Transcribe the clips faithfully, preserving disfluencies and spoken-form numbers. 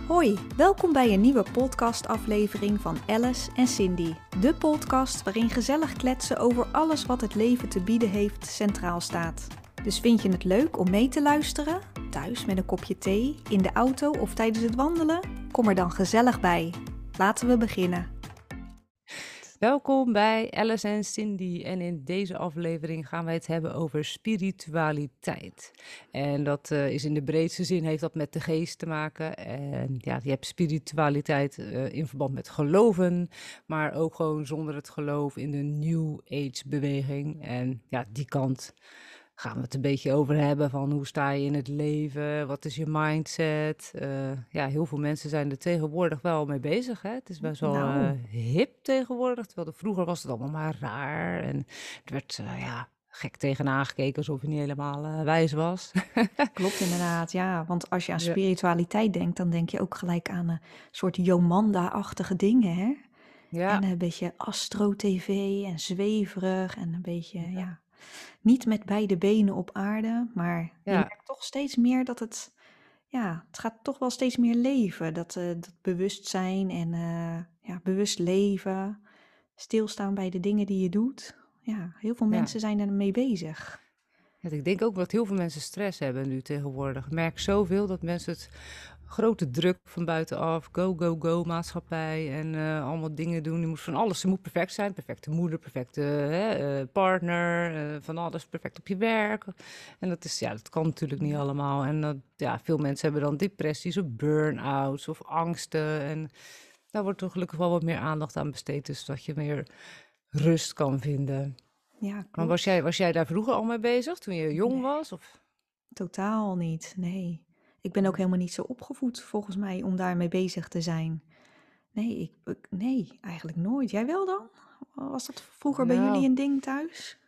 Hoi, welkom bij een nieuwe podcastaflevering van Alice en Cindy. De podcast waarin gezellig kletsen over alles wat het leven te bieden heeft centraal staat. Dus vind je het leuk om mee te luisteren? Thuis met een kopje thee, in de auto of tijdens het wandelen? Kom er dan gezellig bij. Laten we beginnen. Welkom bij Alice en Cindy en in deze aflevering gaan wij het hebben over spiritualiteit. En dat uh, is in de breedste zin, heeft dat met de geest te maken. En ja, je hebt spiritualiteit uh, in verband met geloven, maar ook gewoon zonder het geloof in de New Age beweging. En ja, die kant gaan we het een beetje over hebben van hoe sta je in het leven, wat is je mindset. Uh, ja, heel veel mensen zijn er tegenwoordig wel mee bezig. Hè? Het is best wel Nou. uh, hip tegenwoordig, terwijl de, vroeger was het allemaal maar raar. En er werd uh, ja, gek tegenaan gekeken alsof je niet helemaal uh, wijs was. Klopt inderdaad, ja. Want als je aan Ja. spiritualiteit denkt, dan denk je ook gelijk aan een soort Jomanda-achtige dingen, hè? Ja. En een beetje astro-tv en zweverig en een beetje, ja. Ja. niet met beide benen op aarde, maar je Ja. merkt toch steeds meer dat het, ja, het gaat toch wel steeds meer leven. Dat, uh, dat bewustzijn en uh, ja, bewust leven, stilstaan bij de dingen die je doet. Ja, heel veel Ja. mensen zijn ermee bezig. Ja, ik denk ook dat heel veel mensen stress hebben nu tegenwoordig. Ik merk zoveel dat mensen het grote druk van buitenaf, go, go, go maatschappij en uh, allemaal dingen doen. Je moet van alles, ze moet perfect zijn, perfecte moeder, perfecte hè, uh, partner, uh, van alles perfect op je werk. En dat is, ja, dat kan natuurlijk niet allemaal. En dat, ja, veel mensen hebben dan depressies of burn-outs of angsten. En daar wordt toch gelukkig wel wat meer aandacht aan besteed, dus dat je meer rust kan vinden. Ja, klopt. Maar was jij, was jij daar vroeger al mee bezig, toen je jong Nee. was? Of? Totaal niet, nee. Ik ben ook helemaal niet zo opgevoed, volgens mij, om daarmee bezig te zijn. Nee, ik, ik- nee, eigenlijk nooit. Jij wel dan? Was dat vroeger bij Nou, jullie een ding thuis?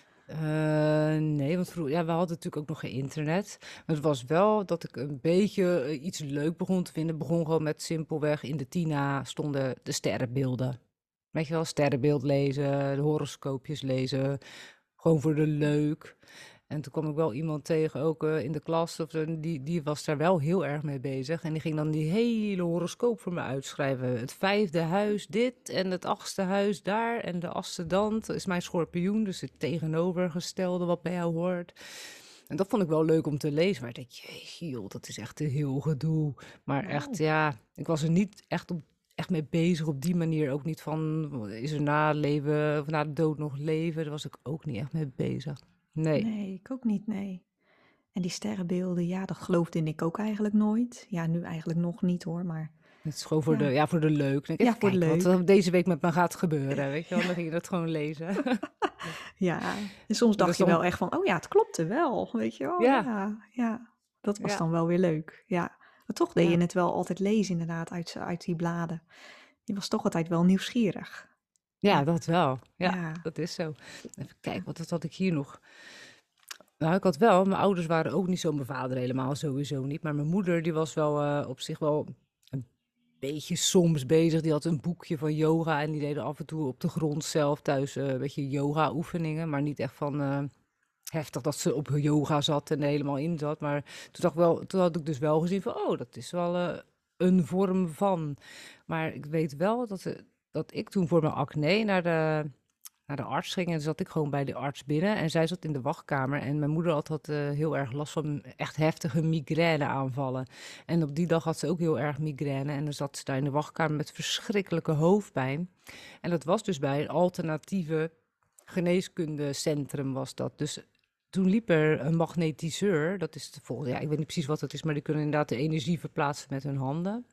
uh, nee, want vroeger, ja, we hadden natuurlijk ook nog geen internet. Maar het was wel dat ik een beetje uh, iets leuk begon te vinden. Het begon gewoon met simpelweg in de Tina stonden de sterrenbeelden. Weet je wel, sterrenbeeld lezen, de horoscoopjes lezen, gewoon voor de leuk. En toen kwam ik wel iemand tegen, ook uh, in de klas, of, zo, die, die was daar wel heel erg mee bezig. En die ging dan die hele horoscoop voor me uitschrijven. Het vijfde huis dit en het achtste huis daar en de ascendant is mijn schorpioen, dus het tegenovergestelde wat bij jou hoort. En dat vond ik wel leuk om te lezen, maar ik dacht, jeetje joh, dat is echt een heel gedoe. Maar Nou. echt, ja, ik was er niet echt op echt mee bezig op die manier. Ook niet van, is er na het leven of na de dood nog leven? Daar was ik ook niet echt mee bezig. Nee. Nee, ik ook niet, nee. En die sterrenbeelden, ja, dat geloofde ik ook eigenlijk nooit. Ja, nu eigenlijk nog niet hoor, maar Het is gewoon voor, ja. de, ja, voor de leuk. Denk, even Ja, voor de kijken leuk. wat er deze week met me gaat gebeuren. Weet je wel, dan ging je dat gewoon lezen. Ja, en soms Dat dacht is je dan, wel echt van, oh ja, het klopte wel, weet je wel. ja, Ja, ja, dat was ja, dan wel weer leuk. Ja, maar toch deed je ja. het wel altijd lezen inderdaad uit, uit die bladen. Je was toch altijd wel nieuwsgierig. Ja, Ja, dat wel. Ja, ja. dat is zo. Even kijken, wat had ik hier nog? Nou, ik had wel, mijn ouders waren ook niet zo, mijn vader helemaal sowieso niet. Maar mijn moeder, die was wel uh, op zich wel een beetje soms bezig. Die had een boekje van yoga en die deden af en toe op de grond zelf thuis uh, een beetje yoga oefeningen. Maar niet echt van uh, heftig dat ze op yoga zat en er helemaal in zat. Maar toen, dacht ik wel, toen had ik dus wel gezien van, oh, dat is wel uh, een vorm van. Maar ik weet wel dat, uh, dat ik toen voor mijn acne naar de... naar de arts ging en zat ik gewoon bij de arts binnen. En zij zat in de wachtkamer en mijn moeder had, had uh, heel erg last van echt heftige migraineaanvallen. En op die dag had ze ook heel erg migraine en dan zat ze daar in de wachtkamer met verschrikkelijke hoofdpijn. En dat was dus bij een alternatieve geneeskundecentrum was dat. Dus toen liep er een magnetiseur, dat is de volgende, ja, ik weet niet precies wat het is, maar die kunnen inderdaad de energie verplaatsen met hun handen.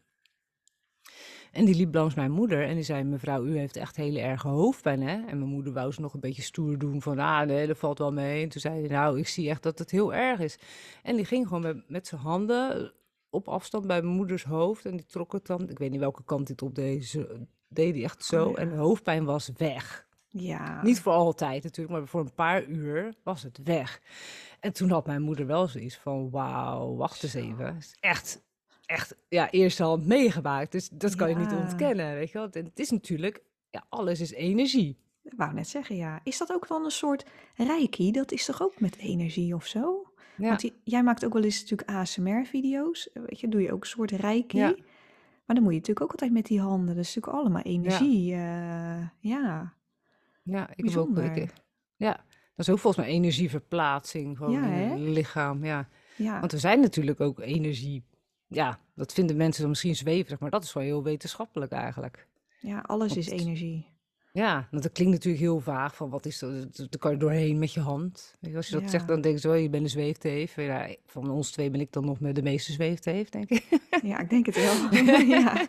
En die liep langs mijn moeder en die zei, mevrouw, u heeft echt hele erge hoofdpijn, hè? En mijn moeder wou ze nog een beetje stoer doen van, ah, nee, dat valt wel mee. En toen zei hij, nou, ik zie echt dat het heel erg is. En die ging gewoon met, met zijn handen op afstand bij mijn moeders hoofd en die trok het dan, ik weet niet welke kant dit op deed, ze deed die echt zo Oh en de ja. hoofdpijn was weg. Ja. Niet voor altijd natuurlijk, maar voor een paar uur was het weg. En toen had mijn moeder wel zoiets van, wauw, wacht eens Zo. even. Het is echt, echt, ja, eerste hand meegemaakt. Dus dat kan je niet Ja. ontkennen, weet je wel. En het is natuurlijk, ja, alles is energie. Ik wou net zeggen, ja. Is dat ook dan een soort reiki? Dat is toch ook met energie of zo? Ja, Want j- jij maakt ook wel eens natuurlijk A S M R-video's. Weet je, doe je ook een soort reiki? ja, Maar dan moet je natuurlijk ook altijd met die handen. Dat is natuurlijk allemaal Ja, energie. eh, ja, ja, ik heb ook, ik, bijzonder. ja, dat is ook volgens mij energieverplaatsing gewoon Ja, in het hè? lichaam, ja. Want Ja. we zijn natuurlijk ook energie, ja, dat vinden mensen dan misschien zweverig, maar dat is wel heel wetenschappelijk eigenlijk. Ja, alles is Want energie. ja, want dat klinkt natuurlijk heel vaag, van wat is dat? Dat kan je doorheen met je hand. Weet je, als je dat zegt, Ja. dan denk je zo, je bent een zweefteef. Ja, van ons twee ben ik dan nog met de meeste zweefteef, denk ik. Ja, ik denk het wel. Ja.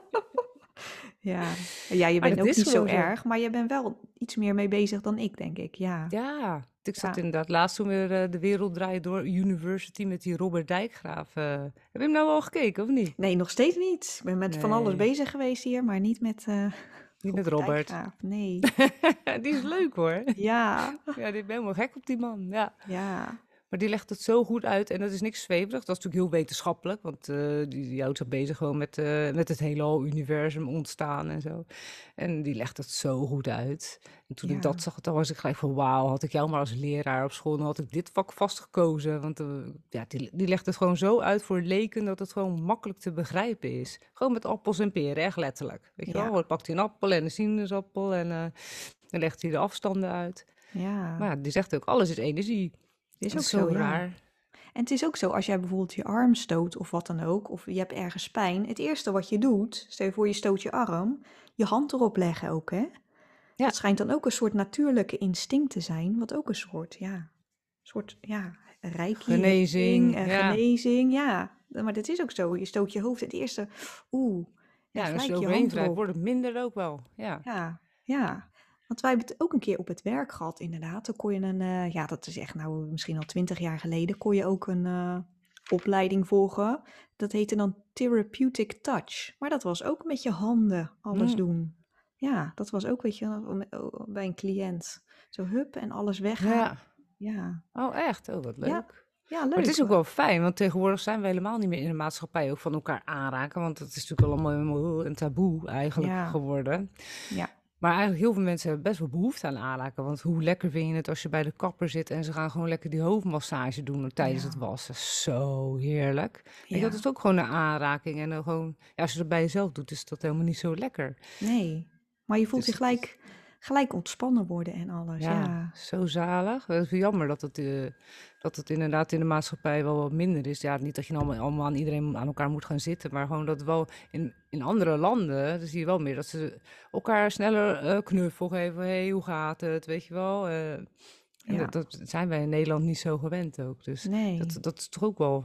Ja. Ja, je Maar bent dat ook is niet zo gewoon zo. erg, maar je bent wel iets meer mee bezig dan ik, denk ik. Ja. Ja, ik zat Ja. inderdaad laatst toen weer eh, De Wereld Draait Door University met die Robert Dijkgraaf. eh. Heb je hem nou al gekeken, of niet? Nee, nog steeds niet. Ik ben met van alles Nee, bezig geweest hier, maar niet met eh niet met Robert Robert. Dijkgraaf. Nee. Die is leuk hoor. Ja. Ja, ik ben helemaal gek op die man. Ja. Ja. Maar die legt het zo goed uit en dat is niks zweverig. Dat is natuurlijk heel wetenschappelijk, want eh, die, die houdt zich bezig gewoon met, eh, met het heelal, universum ontstaan en zo. En die legt het zo goed uit. En toen ik dat Ja. zag, dan was ik gelijk van wauw, had ik jou maar als leraar op school, dan had ik dit vak vastgekozen. Want eh, ja, die, die legt het gewoon zo uit voor leken dat het gewoon makkelijk te begrijpen is. Gewoon met appels en peren, echt letterlijk. Weet je wel, Ja. dan pakt hij een appel en een sinaasappel en eh, dan legt hij de afstanden uit. Maar Ja. ja, die zegt ook, alles is energie. Het is Dat ook is zo zo, ja. raar. En het is ook zo, als jij bijvoorbeeld je arm stoot of wat dan ook, of je hebt ergens pijn, het eerste wat je doet, stel je voor je stoot je arm, je hand erop leggen ook, hè? Ja, Dat schijnt dan ook een soort natuurlijke instinct te zijn, wat ook een soort, ja, soort, ja, reiki, heling, genezing, en ja. genezing, ja. Maar dat is ook zo, je stoot je hoofd, het eerste, oeh, ja, Ja, en als je gelijk er je overheen hand wrijft, erop. wordt het minder ook wel. Ja. Ja, ja. Want wij hebben het ook een keer op het werk gehad, inderdaad. Dan kon je een, eh, ja, dat is echt nou misschien al twintig jaar geleden, kon je ook een eh, opleiding volgen. Dat heette dan Therapeutic Touch. Maar dat was ook met je handen alles Mm, doen. Ja, dat was ook, weet je, oh, bij een cliënt. Zo hup en alles weghalen. ja. Ja, Oh, echt? Oh, wat ja, leuk. ja, Maar het leuk. is ook wel fijn, want tegenwoordig zijn we helemaal niet meer in de maatschappij ook van elkaar aanraken. Want het is natuurlijk allemaal helemaal een taboe eigenlijk Ja, geworden. ja, Maar eigenlijk heel veel mensen hebben best wel behoefte aan aanraken. Want hoe lekker vind je het als je bij de kapper zit en ze gaan gewoon lekker die hoofdmassage doen tijdens het ja, wassen. Zo heerlijk. Weet je, dat ja. is ook gewoon een aanraking. En dan gewoon, ja, als je het bij jezelf doet, is dat helemaal niet zo lekker. Nee, maar je voelt je Dus het is, gelijk, gelijk ontspannen worden en alles. ja, Ja, zo zalig. Het is wel jammer dat het, eh, dat het inderdaad in de maatschappij wel wat minder is. Ja, niet dat je dan allemaal, allemaal aan iedereen aan elkaar moet gaan zitten, maar gewoon dat wel in, in andere landen, dan zie je wel meer dat ze elkaar sneller eh, knuffel geven. Hé, hey, hoe gaat het? Weet je wel. eh, en ja, dat, dat zijn wij in Nederland niet zo gewend ook. Dus dat, nee, dat is toch ook wel,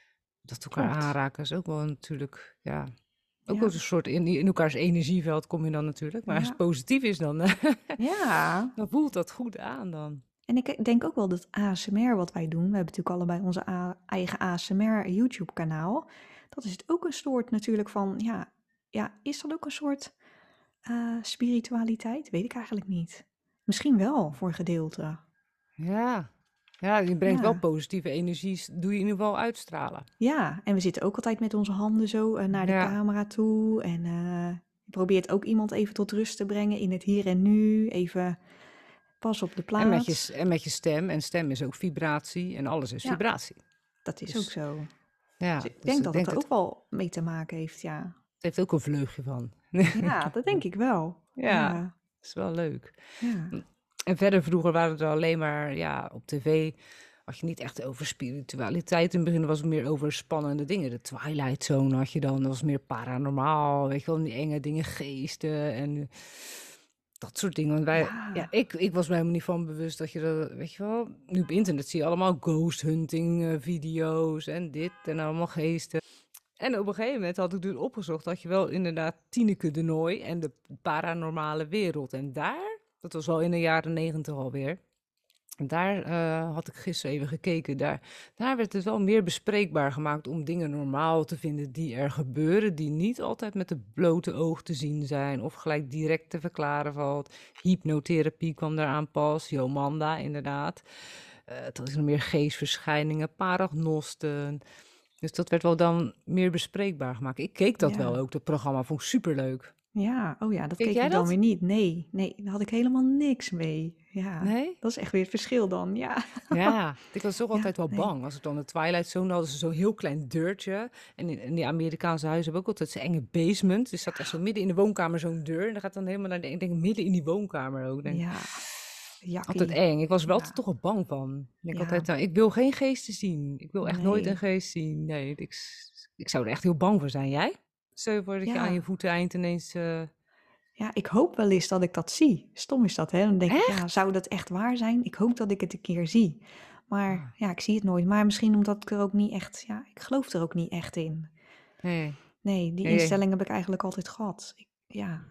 dat elkaar klopt. aanraken is ook wel natuurlijk, ja, ook wel Ja, een soort, in, in elkaars energieveld kom je dan natuurlijk. Maar als het ja, positief is, dan, ja. dan voelt dat goed aan dan. En ik denk ook wel dat A S M R wat wij doen, we hebben natuurlijk allebei onze A- eigen A S M R YouTube kanaal. Dat is het ook een soort natuurlijk van, ja, ja, is dat ook een soort eh, spiritualiteit? Weet ik eigenlijk niet. Misschien wel voor een gedeelte. Ja, ja, je brengt wel Ja, positieve energie, s- doe je in ieder geval uitstralen. ja. En we zitten ook altijd met onze handen zo eh, naar de Ja, camera toe. En eh, je probeert ook iemand even tot rust te brengen in het hier en nu. Even pas op de en met je, s- plaats. en met je stem. En stem is ook vibratie en alles is Ja, vibratie. dat is ook Dus zo. Dus ja, ik dus denk ik dat het denk er dat ook wel mee te maken heeft, ja. het heeft ook een vleugje van. Ja, dat denk ik wel. Ja, Ja, is wel leuk. ja, En verder vroeger waren er alleen maar, ja, op tv had je niet echt over spiritualiteit. In het begin was het meer over spannende dingen. De Twilight Zone had je dan, dat was meer paranormaal, weet je wel, die enge dingen, geesten en eh, dat soort dingen. Want wij, ja, ja, ik, ik was me helemaal niet van bewust dat je dat, weet je wel, nu op internet zie je allemaal ghost hunting eh, video's en dit en allemaal geesten. En op een gegeven moment had ik dus opgezocht dat je wel inderdaad Tineke de Nooi en de paranormale wereld. En daar, dat was al in de jaren negentig alweer. En daar eh, had ik gisteren even gekeken. Daar, daar werd het wel meer bespreekbaar gemaakt om dingen normaal te vinden die er gebeuren, die niet altijd met de blote oog te zien zijn of gelijk direct te verklaren valt. Hypnotherapie kwam daaraan pas, Jomanda inderdaad. Eh dat is nog meer geestverschijningen, paragnosten. Dus dat werd wel dan meer bespreekbaar gemaakt. Ik keek dat wel ja, ook, dat programma, vond ik superleuk. ja. Oh ja, dat Keek keek jij ik dan dat? weer niet. Nee, nee, daar had ik helemaal niks mee. Ja, Nee? dat is echt weer het verschil dan, ja. Ja, ik was toch Ja, altijd wel nee. bang. Als ik dan de Twilight Zone hadden ze zo'n heel klein deurtje. En in, in die Amerikaanse huizen hebben ook altijd zo'n enge basement. Dus zat echt zo midden in de woonkamer zo'n deur. En dan gaat dan helemaal naar de, ik denk midden in die woonkamer ook. Ik denk, Ja, altijd jakkie. eng. Ik was er wel altijd Ja, toch wel bang van. Ik denk ja, altijd, nou, ik wil geen geesten zien. Ik wil echt nooit een nee. geest zien. Nee, ik, s- ik zou er echt heel bang voor zijn. Jij? Stel je voor dat je aan je Ja, voeteneind ineens... eh, ja, ik hoop wel eens dat ik dat zie. Stom is dat, hè? Dan denk ik, ja, Echt? zou dat echt waar zijn? Ik hoop dat ik het een keer zie. Maar Ah, ja, ik zie het nooit. Maar misschien omdat ik er ook niet echt, ja, ik geloof er ook niet echt in. nee. Nee, die Nee, nee. instelling heb ik eigenlijk altijd gehad. Ik, ja,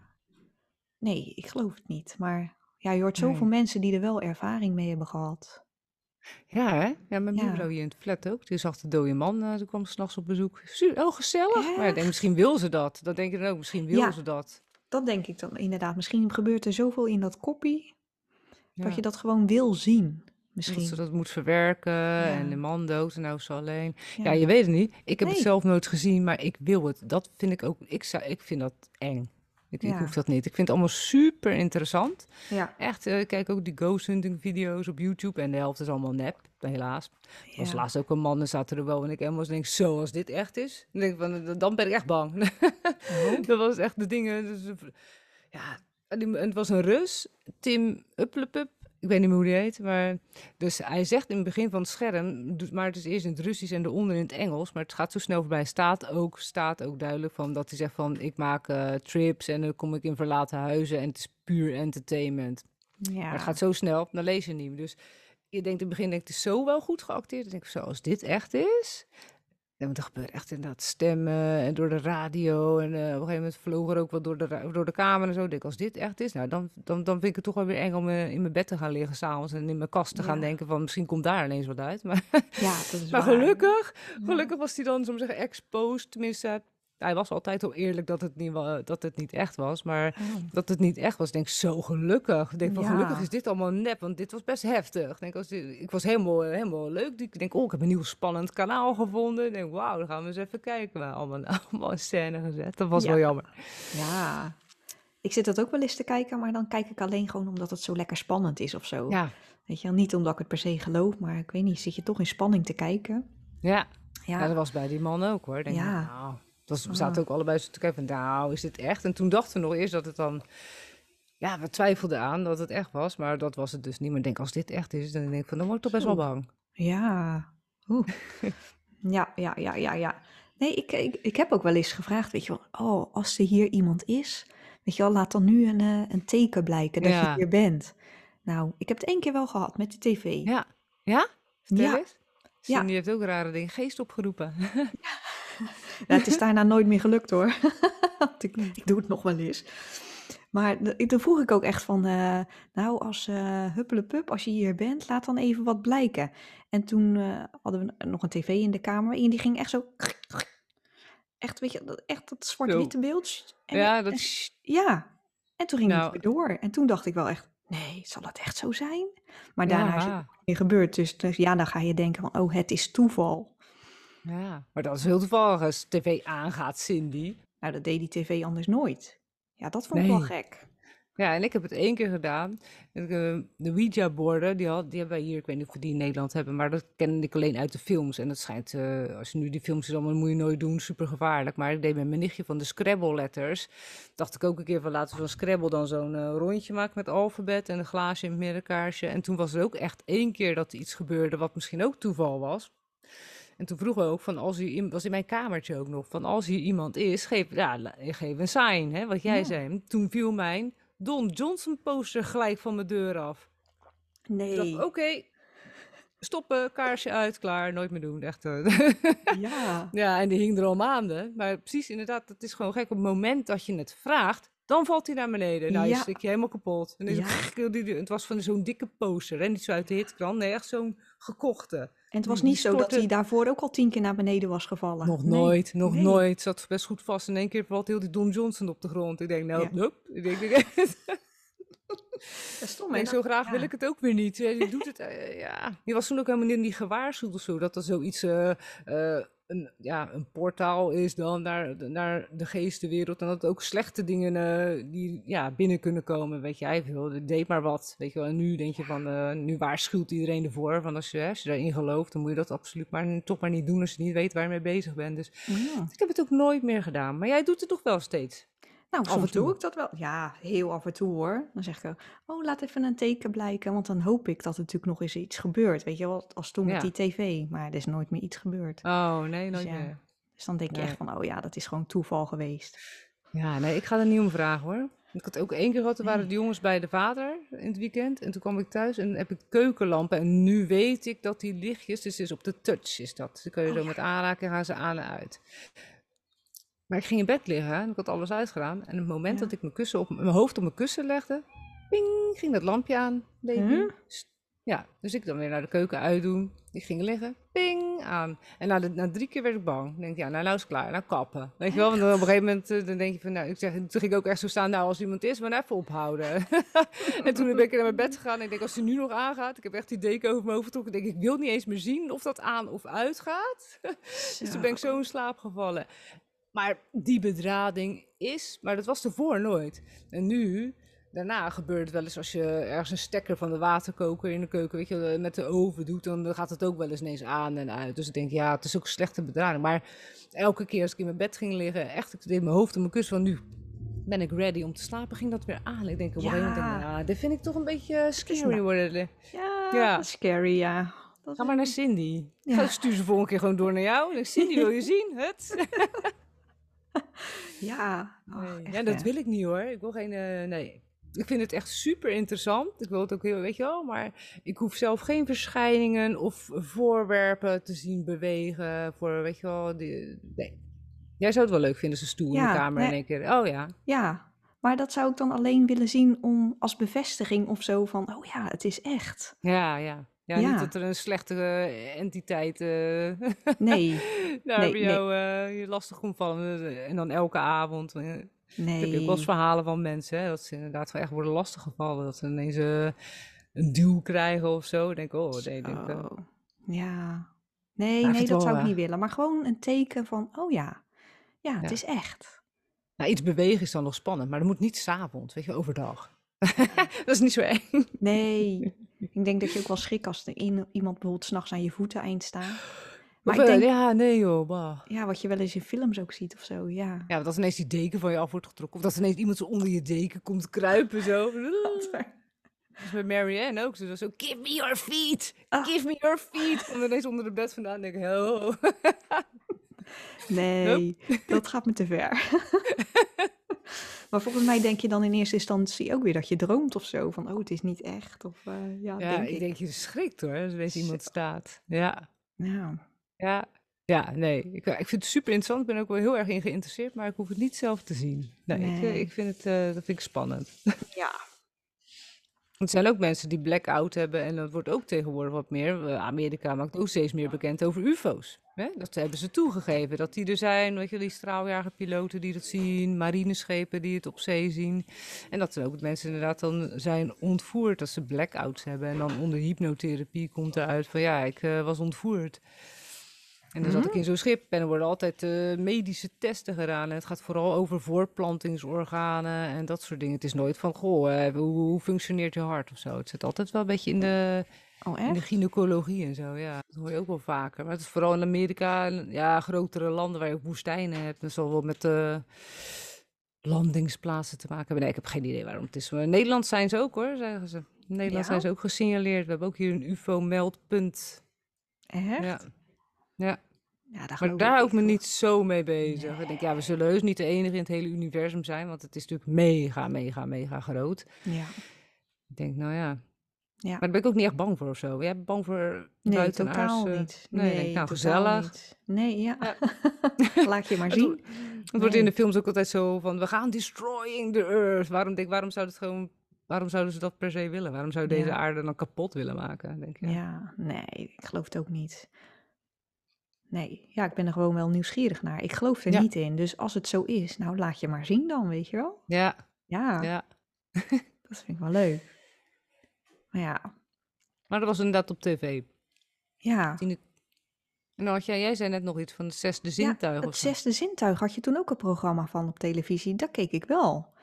nee, ik geloof het niet. Maar ja, je hoort zoveel Nee. mensen die er wel ervaring mee hebben gehad. Ja, hè? Ja, mijn buurvrouw Ja, hier in het flat ook. Die zag de dode man. eh, die kwam s'nachts op bezoek. Su- Oh, gezellig. Maar ja, ik denk, misschien echt? wil ze dat. Dat denk je dan ook. Misschien wil Ja, ze dat. dat denk ik dan inderdaad. Misschien gebeurt er zoveel in dat koppie dat je Ja. dat gewoon wil zien. Dat ze Misschien. dat moet verwerken en de Ja, man dood en nou is ze alleen. Ja, je ja. weet het niet. Ik heb het Nee. zelf nooit gezien, maar ik wil het. Dat vind ik ook. Ik, zou, ik vind dat eng. Ik, ik hoef Ja, dat niet. Ik vind het allemaal super interessant. ja, Echt, eh, ik kijk ook die ghost hunting video's op YouTube en de helft is allemaal nep, helaas. Er was ja. laatst ook een man en zaten er wel en ik helemaal denk, zo, als dit echt is, dan, denk ik van, dan ben ik echt bang. Oh, Dat was echt de dingen. Dus, eh, ja, en die- en het was een Rus, Tim Upplepup. Ik weet niet meer hoe die heet, maar... Dus hij zegt in het begin van het scherm, dus- maar het is eerst in het Russisch en eronder in het Engels, maar het gaat zo snel voorbij. Staat ook, staat ook duidelijk van dat hij zegt van, ik maak eh, trips en dan kom ik in verlaten huizen en het is puur entertainment. Maar het gaat ja, zo snel, dan lees je niet. Dus je denkt in het begin, denk, het is zo wel goed geacteerd. Dan denk ik, zo, als dit echt is... Ja, want er gebeurt echt inderdaad stemmen en door de radio. En eh, op een gegeven moment vloog er ook wat door de, ra- door de kamer en zo. Ik denk, als dit echt is, nou, dan, dan, dan vind ik het toch wel weer eng om eh, in mijn bed te gaan liggen s'avonds. En in mijn kast te gaan ja. denken van, misschien komt daar ineens wat uit. Maar, Ja, dat is maar waar. gelukkig, Ja. gelukkig was hij dan, zo zeggen, exposed. Tenminste, hij was altijd al eerlijk dat het niet, wa- dat het niet echt was. Maar Oh, dat het niet echt was, denk ik, zo gelukkig. Ik denk van, gelukkig is ja, dit allemaal nep, want dit was best heftig. Ik denk, als dit- ik was helemaal, eh, helemaal leuk. Ik denk, oh, ik heb een nieuw spannend kanaal gevonden. Ik denk, wauw, dan gaan we eens even kijken. Maar allemaal, allemaal in scène gezet. Dat was wel ja, jammer. ja. Ik zit dat ook wel eens te kijken, maar dan kijk ik alleen gewoon omdat het zo lekker spannend is of zo. Ja, Weet je wel, niet omdat ik het per se geloof, maar ik weet niet, zit je toch in spanning te kijken? ja. Ja, dat Ja, was bij die man ook, hoor. Ik denk, ja. nou, het was, we Ah, zaten ook allebei zo te kijken van, nou, is dit echt? En toen dachten we nog eerst dat het dan... Ja, we twijfelden aan dat het echt was, maar dat was het dus niet. Maar ik denk, als dit echt is, dan denk ik van, dan word ik toch best wel zo. bang. Ja. Oeh. Ja, ja, ja, ja, ja. Nee, ik, ik, ik heb ook wel eens gevraagd, weet je wel, oh, als er hier iemand is, weet je wel, laat dan nu een, eh, een teken blijken dat je Ja, hier bent. Nou, ik heb het één keer wel gehad met de tv. ja, ja? Vertel Ja, eens. Cindy ja. heeft ook rare dingen. Geest opgeroepen. Ja, het is daarna nooit meer gelukt hoor. Want ik, ik doe het nog wel eens. Maar de- toen vroeg ik ook echt van, eh, nou als eh huppelepup, als je hier bent, laat dan even wat blijken. En toen eh, hadden we nog een tv in de kamer en die ging echt zo, echt, weet je, dat- echt dat Zo. zwart-witte beeld. En, eh, Ja, dat... en- sh- ja, en toen ging het Nou, weer door. En toen dacht ik wel echt, nee, zal het echt zo zijn? Maar daarna is het ja, nooit meer gebeurd. Dus, dus ja, dan ga je denken van, oh, het is toeval. ja. Maar dat is heel toevallig als tv aangaat, Cindy. Nou, dat deed die tv anders nooit. Ja, dat vond ik wel Nee. gek. Ja, en ik heb het één keer gedaan. Ik, eh, De Ouija-borden, die, had, die hebben wij hier, ik weet niet of we die in Nederland hebben, maar dat ken ik alleen uit de films. En dat schijnt, eh, als je nu die films ziet, allemaal moet je nooit doen, super gevaarlijk. Maar ik deed met mijn nichtje van de Scrabble-letters. Dacht ik ook een keer van laten we van Scrabble dan zo'n eh, rondje maken met alfabet en een glaasje en een middenkaarsje. En toen was er ook echt één keer dat er iets gebeurde wat misschien ook toeval was. En toen vroegen we ook van als hier was in mijn kamertje ook nog van als hier iemand is, geef, ja, la- geef een sign, hè, wat jij Ja. zei. Toen viel mijn Don Johnson poster gelijk van mijn deur af. Ik dacht, Nee. oké, stoppen, kaarsje uit, klaar, nooit meer doen. Echt. eh. Ja. Ja, en die hing er al maanden. Maar precies, inderdaad, het is gewoon gek. Op het moment dat je het vraagt, dan valt hij naar beneden. Nou, je Ja. schrik je helemaal kapot. En dan is Ja. ook, het was van zo'n dikke poster, hè? Niet zo uit de hitkrant, nee, echt zo'n gekochte. En het was Die, die niet zo dat stortte hij daarvoor ook al tien keer naar beneden was gevallen. nog Nee. nooit, nog Nee. nooit. Zat best goed vast. In één keer valt heel die Don Johnson op de grond. Ik denk, nou, Ja. nope. Ik denk, ik Dat is stom, ik hè? denk zo graag wil Ja. ik het ook weer niet. Ja, je doet het, eh, ja. Je was toen ook helemaal niet, niet gewaarschuwd of zo. Dat er zoiets, eh, eh, een, ja, een portaal is dan naar, de- naar de geestenwereld. En dat ook slechte dingen eh, die ja, binnen kunnen komen. Weet je, hij wil, deed maar wat. Weet je wel. En nu denk je van, eh, nu waarschuwt iedereen ervoor. Van als je, hè, als je daarin gelooft, dan moet je dat absoluut maar toch maar niet doen als je niet weet waar je mee bezig bent. Dus Ja. ik heb het ook nooit meer gedaan. Maar jij doet het toch wel steeds? Nou, Af en soms doe toe. ik dat wel. Ja, heel af en toe hoor. Dan zeg ik, ook, oh, laat even een teken blijken. Want dan hoop ik dat er natuurlijk nog eens iets gebeurt. Weet je wel, als toen met die Ja. tv. Maar er is nooit meer iets gebeurd. Oh, nee, Dus nooit ja, meer. dus dan denk je echt Nee. van, oh ja, dat is gewoon toeval geweest. Ja, nee, ik ga er niet om vragen hoor. Ik had ook één keer gehad, er waren de Nee. jongens bij de vader in het weekend. En toen kwam ik thuis en heb ik keukenlampen. En nu weet ik dat die lichtjes, dus is op de touch is dat. Dus dan kun je Oh zo ja. met aanraken gaan ze aan en uit. Maar ik ging in bed liggen en ik had alles uitgedaan. En op het moment Ja. dat ik mijn, kussen op, mijn hoofd op mijn kussen legde, ping, ging dat lampje aan, baby. Huh? S- Ja, dus ik dan weer naar de keuken uitdoen. Ik ging liggen, ping, aan. En na, de, na drie keer werd ik bang. Ik denk, ja, nou, nou is het klaar, nou kappen. Weet je wel, want dan op een gegeven moment eh, dan denk je van, nou, ik zeg, toen ging ik ook echt zo staan, nou, als iemand is, maar even ophouden. En toen ben ik naar mijn bed gegaan en ik denk, als hij nu nog aangaat, ik heb echt die deken over mijn hoofd getrokken. Ik denk, ik wil niet eens meer zien of dat aan of uitgaat. Dus toen ben ik zo in slaap gevallen. Maar die bedrading is, maar dat was ervoor nooit. En nu, daarna gebeurt het wel eens als je ergens een stekker van de waterkoker in de keuken, weet je, met de oven doet, dan gaat het ook wel eens ineens aan en uit. Dus ik denk, ja, het is ook slechte bedrading. Maar elke keer als ik in mijn bed ging liggen, echt, ik deed mijn hoofd op mijn kussen van nu ben ik ready om te slapen, ging dat weer aan. Ik denk op een gegeven moment, denk ik, Ja, nou, dit vind ik toch een beetje dat is scary nou. worden. Ja, dat Ja, is scary, ja. Dat ga is maar naar een... Cindy. Ik ga Ja. stuur ze volgende keer gewoon door naar jou. Ik denk, Cindy, wil je zien? Het? Ja, ach, Nee, ja, echt dat hè. wil ik niet hoor. Ik wil geen, eh, nee. Ik vind het echt super interessant. Ik wil het ook heel, weet je wel, maar ik hoef zelf geen verschijningen of voorwerpen te zien bewegen voor, weet je wel, die, nee. Jij zou het wel leuk vinden, zo'n stoel in de Ja, kamer in nee, één keer. Oh ja, ja. Maar dat zou ik dan alleen willen zien om als bevestiging of zo van, oh ja, het is echt. ja, ja. Ja, niet dat Ja, er een slechte eh, entiteit eh, nee, daar nee, bij nee, jou eh, je lastig komt vallen. eh, En dan elke avond. eh. Dat heb je ook wel eens nee. verhalen van mensen, hè, dat ze inderdaad wel echt worden lastiggevallen. Dat ze ineens eh, een duw krijgen of zo. Ik denk, oh, nee, ik denk, eh, Zo. Ja. Nee, nou, ik nee, vind het dat wel, zou ik eh, niet willen. Maar gewoon een teken van, oh ja, ja, het ja. is echt. Nou, iets bewegen is dan nog spannend, maar dat moet niet 's avonds, weet je, overdag. Nee. Dat is niet zo eng. Nee. Ik denk dat je ook wel schrik als er een- iemand bijvoorbeeld s'nachts aan je voeten eind staat. Maar Of, ik eh, denk, ja, nee joh, bah. ja, wat je wel eens in films ook ziet of zo, ja. Ja, dat ineens die deken van je af wordt getrokken. Of dat ineens iemand zo onder je deken komt kruipen zo. Dat is met Marianne ook. Ze was zo, give me your feet, Ah, give me your feet. Komt ineens onder de bed vandaan en denk ik, oh. Nope. nee, dat gaat me te ver. Maar volgens mij denk je dan in eerste instantie ook weer dat je droomt of zo. Van, oh, het is niet echt. Of eh, ja, Ja, denk ik ik. denk je schrikt hoor, als er ineens Zo. iemand staat. Ja, Nou, ja. Ja, nee. Ik, ik vind het super interessant. Ik ben er ook wel heel erg in geïnteresseerd, maar ik hoef het niet zelf te zien. Nee, ik, eh, nee. ik vind het, eh, dat vind ik spannend. Ja. Er zijn ook mensen die blackout hebben en dat wordt ook tegenwoordig wat meer. Eh, Amerika maakt ook steeds meer bekend over U F O's. Hè? Dat hebben ze toegegeven, dat die er zijn. Weet je, die straaljagerpiloten die dat zien, marineschepen die het op zee zien. En dat er ook mensen inderdaad dan zijn ontvoerd als ze blackouts hebben. En dan onder hypnotherapie komt eruit van ja, ik eh, was ontvoerd. En dan zat ik Hm? in zo'n schip en er worden altijd eh, medische testen gedaan. En het gaat vooral over voortplantingsorganen en dat soort dingen. Het is nooit van, goh, eh, hoe, hoe functioneert je hart of zo. Het zit altijd wel een beetje in de, Oh, in de echt? gynaecologie en zo, ja. Dat hoor je ook wel vaker. Maar het is vooral in Amerika, en, ja, grotere landen waar je ook woestijnen hebt. Dat zal wel met de landingsplaatsen te maken hebben. Nee, ik heb geen idee waarom het is. Maar in Nederland zijn ze ook hoor, zeggen ze. In Nederland zijn Ja? ze ook gesignaleerd. We hebben ook hier een U F O-meldpunt. Ja. Echt? Ja, Ja, daar maar geloof daar ik hou ik me echt niet wel. zo mee bezig. Ik denk, ja, we Nee. zullen heus niet de enige in het hele universum zijn, want het is natuurlijk mega, mega, mega groot. Ja. Ik denk, nou ja, maar Ja. daar ben ik ook niet echt bang voor of zo. Jij bent bang voor Nee, buitenaars? totaal eh, niet. Nee, ik denk, Nee, nou, totaal gezellig. niet. Nee, ja. Ja. Laat je maar Het, wo- zien. het wordt in de Nee. films ook altijd zo van, we gaan destroying the earth. Waarom, denk, waarom, zou het gewoon, waarom zouden ze dat per se willen? Waarom zou deze Ja. aarde dan kapot willen maken? Denk je? Ja, nee, ik geloof het ook niet. Nee, ja, ik ben er gewoon wel nieuwsgierig naar. Ik geloof er Ja, niet in. Dus als het zo is, nou laat je maar zien dan, weet je wel? ja, Ja, ja. dat vind ik wel leuk. Maar ja, Maar dat was inderdaad op tv. ja, Tien- En dan had jij, jij zei net nog iets van het zesde Ja, zintuig of het zo. zesde zintuig had je toen ook een programma van op televisie. Daar keek ik wel.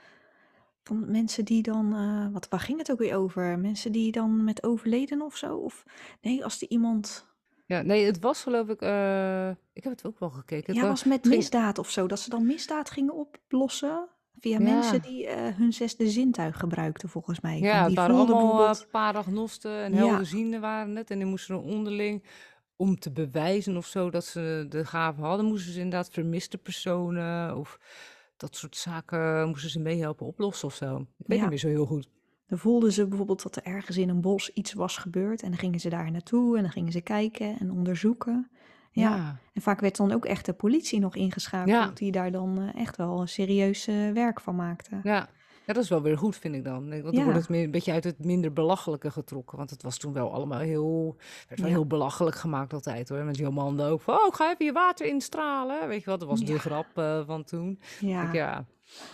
Van mensen die dan, eh, wat, waar ging het ook weer over? Mensen die dan met overleden of zo? Of nee, als die iemand, Ja, nee, het was geloof ik... eh, ik heb het ook wel gekeken. Het, ja, wa- was met het ging... misdaad of zo, dat ze dan misdaad gingen oplossen via mensen Ja, die eh, hun zesde zintuig gebruikten, volgens mij. Van ja, het die waren voelden allemaal eh, bijvoorbeeld, paragnosten en ja, helderzienden waren het. En die moesten dan onderling, om te bewijzen of zo dat ze de gave hadden, moesten ze inderdaad vermiste personen of dat soort zaken moesten ze meehelpen oplossen of zo. Ik weet niet ja. meer zo heel goed. Dan voelden ze bijvoorbeeld dat er ergens in een bos iets was gebeurd. En dan gingen ze daar naartoe en dan gingen ze kijken en onderzoeken. Ja, Ja, en vaak werd dan ook echt de politie nog ja, ingeschakeld, die daar dan eh, echt wel serieus eh, werk van maakte. ja. Ja, dat is wel weer goed, vind ik dan. Want dan wordt Ja, het meer, een beetje uit het minder belachelijke getrokken. Want het was toen wel allemaal heel... werd wel ja, heel belachelijk gemaakt altijd, hoor. Met Jomanda ook van, oh, ik ga even je water instralen. Weet je wat, dat was de ja, grap eh, van toen. Ik denk, ja. ja...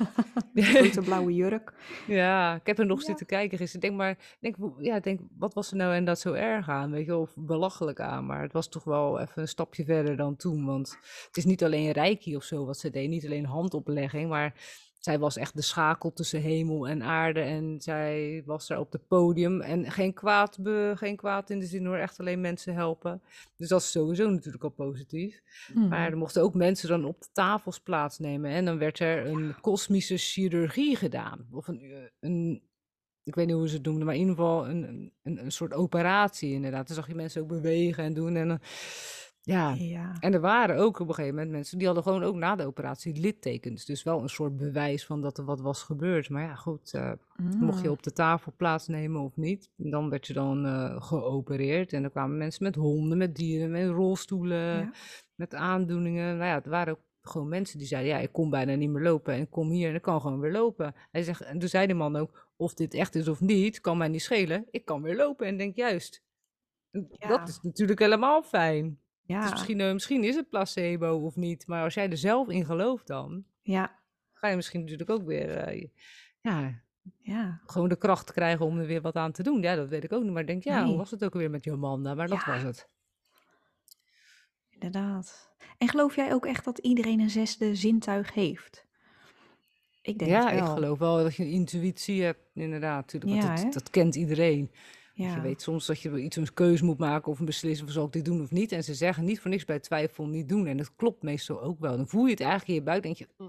Met die grote blauwe jurk. Ja, ik heb er nog Ja, zitten kijken gisteren. Ik denk maar, ik denk, hoe- ja, ik denk, wat was er nou inderdaad zo erg aan, weet je, of belachelijk aan. Maar het was toch wel even een stapje verder dan toen. Want het is niet alleen reiki of zo wat ze deed, niet alleen handoplegging, maar zij was echt de schakel tussen hemel en aarde. En zij was daar op het podium. En geen kwaad, be, geen kwaad in de zin hoor, echt alleen mensen helpen. Dus dat is sowieso natuurlijk al positief. Maar mm, er mochten ook mensen dan op de tafels plaatsnemen. En dan werd er een kosmische chirurgie gedaan. Of een, eh, een ik weet niet hoe ze het noemden, maar in ieder geval een, een, een soort operatie inderdaad. Dan zag je mensen ook bewegen en doen. En dan, ja, ja, en er waren ook op een gegeven moment mensen die hadden gewoon ook na de operatie littekens. Dus wel een soort bewijs van dat er wat was gebeurd. Maar ja, goed, eh, mocht je mm, op de tafel plaatsnemen of niet, dan werd je dan eh, geopereerd. En dan kwamen mensen met honden, met dieren, met rolstoelen, ja, met aandoeningen. Nou ja, het waren ook gewoon mensen die zeiden, ja, ik kon bijna niet meer lopen en ik kom hier en ik kan gewoon weer lopen. Hij zegt, en toen zei de man ook, of dit echt is of niet, kan mij niet schelen. Ik kan weer lopen en denk, juist, dat ja, is natuurlijk helemaal fijn. Het is ja, misschien, eh, misschien is het placebo of niet, maar als jij er zelf in gelooft dan, ja, ga je misschien natuurlijk ook weer, eh, ja, ja, gewoon de kracht krijgen om er weer wat aan te doen. Ja, dat weet ik ook niet, maar ik denk, ja, hoe nee, was het ook weer met Jomanda? Maar dat was ja, het. inderdaad. En geloof jij ook echt dat iedereen een zesde zintuig heeft? Ik denk het Ja, ik wel. geloof wel dat je een intuïtie hebt, inderdaad, natuurlijk, want Ja, dat, hè? dat kent iedereen. Want je Ja, weet soms dat je wel iets een keuze moet maken of een beslissing van zal ik dit doen of niet. En ze zeggen niet voor niks bij twijfel niet doen. En dat klopt meestal ook wel. Dan voel je het eigenlijk in je buik, denk je, "Mm."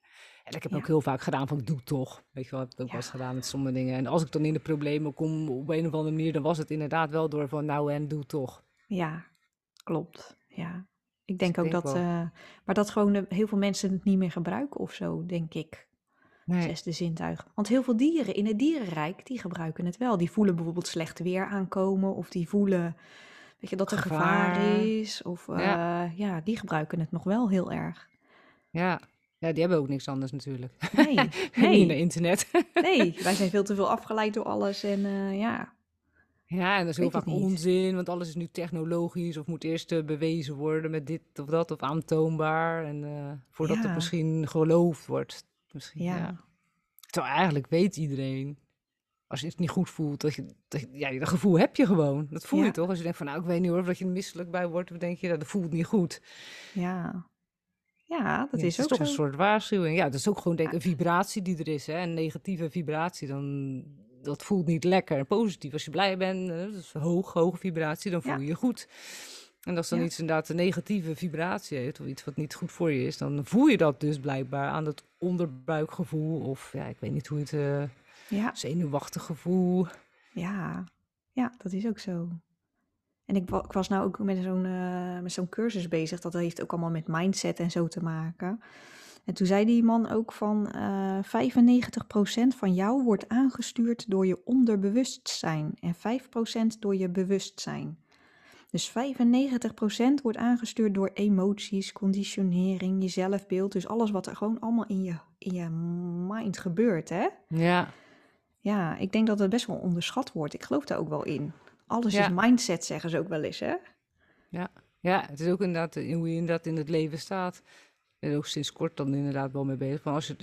En ik heb ook ja, heel vaak gedaan van ik doe het toch. Weet je wel, ik heb het ook wel ja, eens gedaan met sommige dingen. En als ik dan in de problemen kom op een of andere manier, dan was het inderdaad wel door van nou en doe het toch. ja, klopt. Ja. Ik Dus denk ik ook denk dat, wel, eh, maar dat gewoon de- heel veel mensen het niet meer gebruiken of zo, denk ik. nee, Zesde zintuig. Want heel veel dieren in het dierenrijk, die gebruiken het wel. Die voelen bijvoorbeeld slecht weer aankomen of die voelen, weet je, dat er gevaar gevaar. is. Of Ja, eh, ja, die gebruiken het nog wel heel erg. ja. Ja, die hebben ook niks anders natuurlijk. Nee, Niet naar nee, internet. nee. Wij zijn veel te veel afgeleid door alles en eh, ja, Ja, en dat is heel weet het vaak niet. onzin, want alles is nu technologisch of moet eerst eh, bewezen worden met dit of dat of aantoonbaar. En eh, voordat het Ja, misschien geloofd wordt. Misschien, ja. ja, Terwijl eigenlijk weet iedereen, als je het niet goed voelt, dat je, dat je- ja, dat gevoel heb je gewoon. Dat voel je ja, toch? Als je denkt van, nou, ik weet niet hoor, of dat je er misselijk bij wordt, of denk je, nou, dat voelt niet goed. ja. Ja, dat Ja, het is is ook toch een zo. soort waarschuwing. Ja, dat is ook gewoon denk Ja, ik een vibratie die er is, hè. Een negatieve vibratie, dan, dat voelt niet lekker. En positief, als je blij bent, eh, dat is hoog, hoge vibratie, dan voel ja, je je goed. En als dan ja, iets inderdaad een negatieve vibratie heeft, of iets wat niet goed voor je is, dan voel je dat dus blijkbaar aan het onderbuikgevoel, of ja, ik weet niet hoe het, eh ja, zenuwachtig gevoel. ja. Ja, dat is ook zo. En ik, wa- ik was nou ook met zo'n eh, met zo'n cursus bezig. Dat heeft ook allemaal met mindset en zo te maken. En toen zei die man ook van eh vijfennegentig procent van jou wordt aangestuurd door je onderbewustzijn en vijf procent door je bewustzijn. Dus vijfennegentig procent wordt aangestuurd door emoties, conditionering, je zelfbeeld. Dus alles wat er gewoon allemaal in je, in je mind gebeurt, hè? Ja, Ja, ik denk dat het best wel onderschat wordt. Ik geloof daar ook wel in. Alles is ja, mindset, zeggen ze ook wel eens, hè? ja. Ja, het is ook inderdaad eh, hoe je inderdaad in het leven staat. Ik ben er ook sinds kort dan inderdaad wel mee bezig. Van als je iets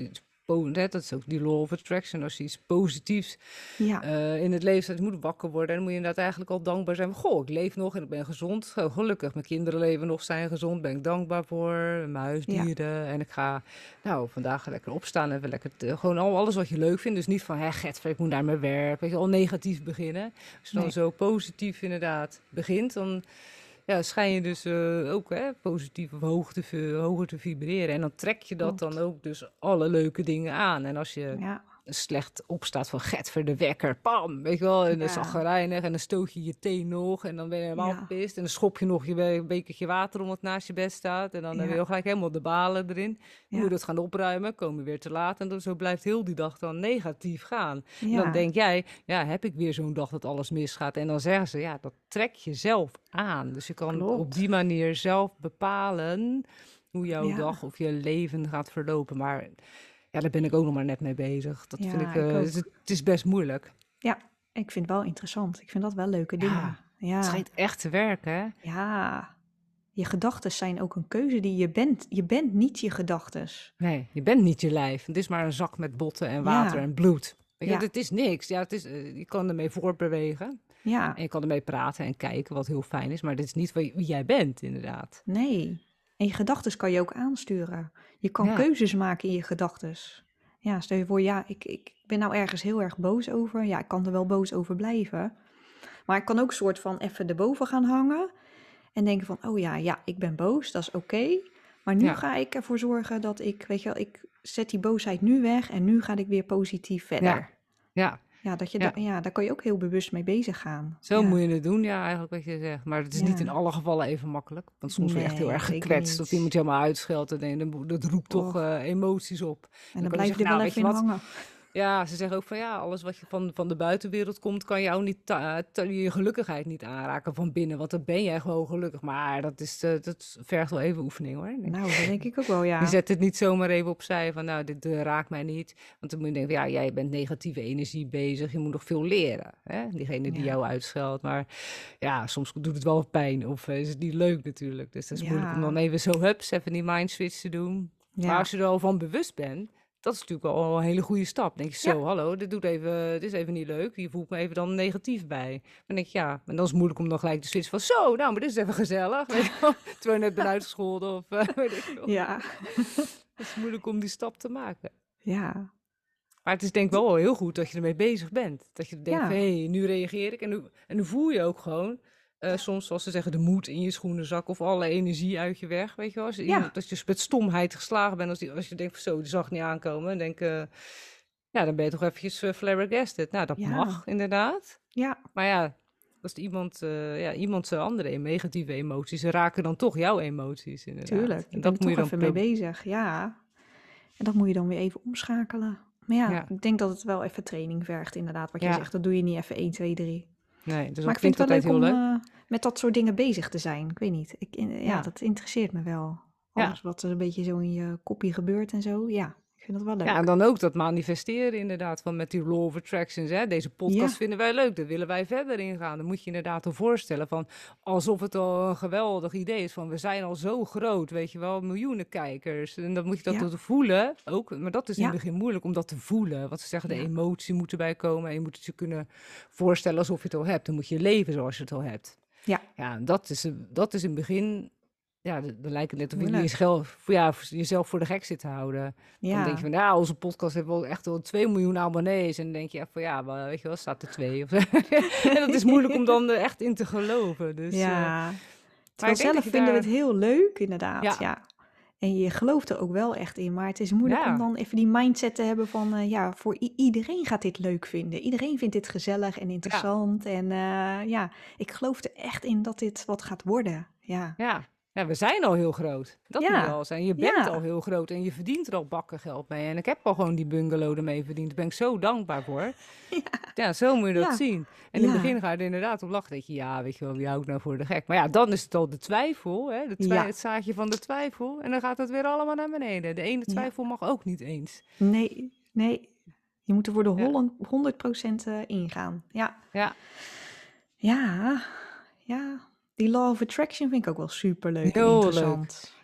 po- hè, dat is ook die law of attraction. Als je iets positiefs Ja, eh, in het leven staat, je moet wakker worden. En dan moet je inderdaad eigenlijk al dankbaar zijn van, goh, ik leef nog en ik ben gezond. Zo, gelukkig, mijn kinderen leven nog, zijn gezond, ben ik dankbaar voor. Mijn ja, huisdieren. En ik ga, nou, vandaag lekker opstaan en even lekker, te- gewoon al alles wat je leuk vindt. Dus niet van, hè, getver, ik moet naar mijn werk. Weet je, al negatief beginnen. Als je dan nee, zo positief inderdaad begint, dan ja, schijn je dus eh, ook hè, positief of hoog te, vi- hoger te vibreren. En dan trek je dat dan klopt. ook dus alle leuke dingen aan. En als je Ja, slecht opstaat van getver de wekker, pam, weet je wel, en dan is ja, chagrijnig en dan stoot je je teen nog en dan ben je helemaal ja, pist en dan schop je nog je be- bekertje water om wat naast je bed staat en dan heb je ja, al gelijk helemaal de balen erin. Dan moet je ja, dat gaan opruimen, kom je weer te laat en dan, zo blijft heel die dag dan negatief gaan. En dan ja, denk jij, ja, heb ik weer zo'n dag dat alles misgaat? En dan zeggen ze, ja, dat trek je zelf aan. Dus je kan op klopt. die manier zelf bepalen hoe jouw Ja, dag of je leven gaat verlopen. Maar ja, daar ben ik ook nog maar net mee bezig. Dat vind ik, ja, ik eh, het, is ook. het is best moeilijk. Ja, ik vind het wel interessant. Ik vind dat wel leuke dingen. Ja, het Ja, schijnt echt te werken, hè? ja. Je gedachten zijn ook een keuze die je bent. Je bent niet je gedachten. Nee, je bent niet je lijf. Het is maar een zak met botten en water Ja, en bloed. Weet je, ja, het is niks. Ja, het is, eh, je kan ermee voortbewegen. En ja. je kan ermee praten en kijken, wat heel fijn is. Maar dit is niet wie, wie jij bent, inderdaad. Nee. En je gedachten kan je ook aansturen. Je kan Ja, keuzes maken in je gedachten. Ja, stel je voor, ja, ik, ik ben nou ergens heel erg boos over. Ja, ik kan er wel boos over blijven. Maar ik kan ook soort van even erboven gaan hangen. En denken van, oh ja, ja, ik ben boos, dat is oké. Maar nu ja, ga ik ervoor zorgen dat ik, weet je wel, ik zet die boosheid nu weg. En nu ga ik weer positief ja, verder. ja, Ja, dat je da- ja. ja, daar kan je ook heel bewust mee bezig gaan. Zo moet Ja, je het doen, ja, eigenlijk wat je zegt. Maar het is niet in ja. alle gevallen even makkelijk. Want soms word je echt heel Nee, erg zeker gekwetst. Of iemand niet. je helemaal uitscheldt. En dan- dat roept toch Och, eh, emoties op. En en dan dan kan je blijf je zeggen, er nou, wel weet je even in wat? hangen. Ja, ze zeggen ook van ja, alles wat je van, van de buitenwereld komt, kan jou niet ta- ta- je gelukkigheid niet aanraken van binnen. Want dan ben jij gewoon gelukkig. Maar dat, is, eh, dat vergt wel even oefening hoor. Nee. Nou, dat denk ik ook wel, Je ja. zet het niet zomaar even opzij van nou, dit eh, raakt mij niet. Want dan moet je denken, ja, jij bent negatieve energie bezig. Je moet nog veel leren. Hè? Diegene die Ja, jou uitscheldt. Maar ja, soms doet het wel pijn of eh, is het niet leuk natuurlijk. Dus dat is moeilijk om dan ja, even zo hups, even die mind switch te doen. Maar als ja, je er al van bewust bent, dat is natuurlijk al een hele goede stap. Dan denk je, ja, zo, hallo, dit, doet even, dit is even niet leuk. Hier voel ik me even dan negatief bij. Dan denk je, ja, en dan is het moeilijk om dan gelijk te switchen van, zo, nou, maar dit is even gezellig. Weet je wel? Terwijl je net bent uitgescholden of eh, weet ik veel. ja, Het is moeilijk om die stap te maken. ja, Maar het is denk ik wel heel goed dat je ermee bezig bent. Dat je denkt van, ja, hé, hey, nu reageer ik. En nu, en nu voel je ook gewoon, eh, soms zoals ze zeggen, de moed in je schoenenzak of alle energie uit je weg. Weet je wel, als je, iemand- ja, dat je met stomheid geslagen bent, als, die, als je denkt van, zo, die zag niet aankomen. Dan denk eh, ja, dan ben je toch eventjes uh, flabbergasted. Nou, dat ja, mag inderdaad. ja, Maar ja, als iemand, eh ja, iemand zijn andere negatieve emoties, ze raken dan toch jouw emoties inderdaad. tuurlijk. Je En bent dat er moet je toch dan even mee proberen. bezig, ja. En dat moet je dan weer even omschakelen. Maar ja, Ja, ik denk dat het wel even training vergt, inderdaad. Wat je ja, zegt, dat doe je niet even één, twee, drie. nee, dus Maar dat ik vind klinkt het wel altijd leuk heel om leuk. eh, met dat soort dingen bezig te zijn. Ik weet niet. Ik, in- ja, Ja, dat interesseert me wel. ja. Alles wat er een beetje zo in je kopje gebeurt en zo. Ja, ik vind dat wel Ja, en leuk. dan ook dat manifesteren inderdaad, van met die law of attractions. Hè? Deze podcast Ja, vinden wij leuk, daar willen wij verder in gaan. Dan moet je inderdaad al voorstellen van, alsof het al een geweldig idee is van, we zijn al zo groot, weet je wel, miljoenen kijkers. En dan moet je dat ja, te voelen ook, maar dat is in het ja, begin moeilijk om dat te voelen. Wat ze zeggen, de ja, emotie moet erbij komen en je moet het je kunnen voorstellen alsof je het al hebt. Dan moet je leven zoals je het al hebt. ja, Ja, en dat is, dat is in het begin, ja, dan dan lijkt het net of je moeilijk. jezelf, ja, jezelf voor de gek zit te houden. Dan denk je Ja, van, ja, onze podcast heeft wel echt wel twee miljoen abonnees. En dan denk je echt van, ja, maar weet je wel, staat er twee of zo. En dat is moeilijk om dan er echt in te geloven. Dus, eh, ja. maar Terwijl ik denk dat zelf je vinden we het daar, heel leuk, inderdaad. ja, Ja. En je gelooft er ook wel echt in. Maar het is moeilijk om ja, dan even die mindset te hebben van... eh, ja, voor i- iedereen gaat dit leuk vinden. Iedereen vindt dit gezellig en ja, interessant. En eh, ja, ik geloof er echt in dat dit wat gaat worden. Ja, ja. Ja, we zijn al heel groot. Dat moet je ja, al zijn. Je bent al ja, heel groot en je verdient er al bakken geld mee. En ik heb al gewoon die bungalow ermee verdiend. Daar ben ik zo dankbaar voor. Ja, zo moet je dat ja, zien. En in het begin ja, ga je er inderdaad op lachen. Dat je, ja, weet je wel, wie houdt nou voor de gek? Maar ja, dan is het al de twijfel, hè? De twij ja, het zaadje van de twijfel. En dan gaat het weer allemaal naar beneden. De ene ja. twijfel mag ook niet eens. Nee, nee. Je moet er voor de Ja, hollen- honderd procent eh, ingaan. Ja, ja, ja, ja. Die law of attraction vind ik ook wel superleuk en heel leuk. interessant.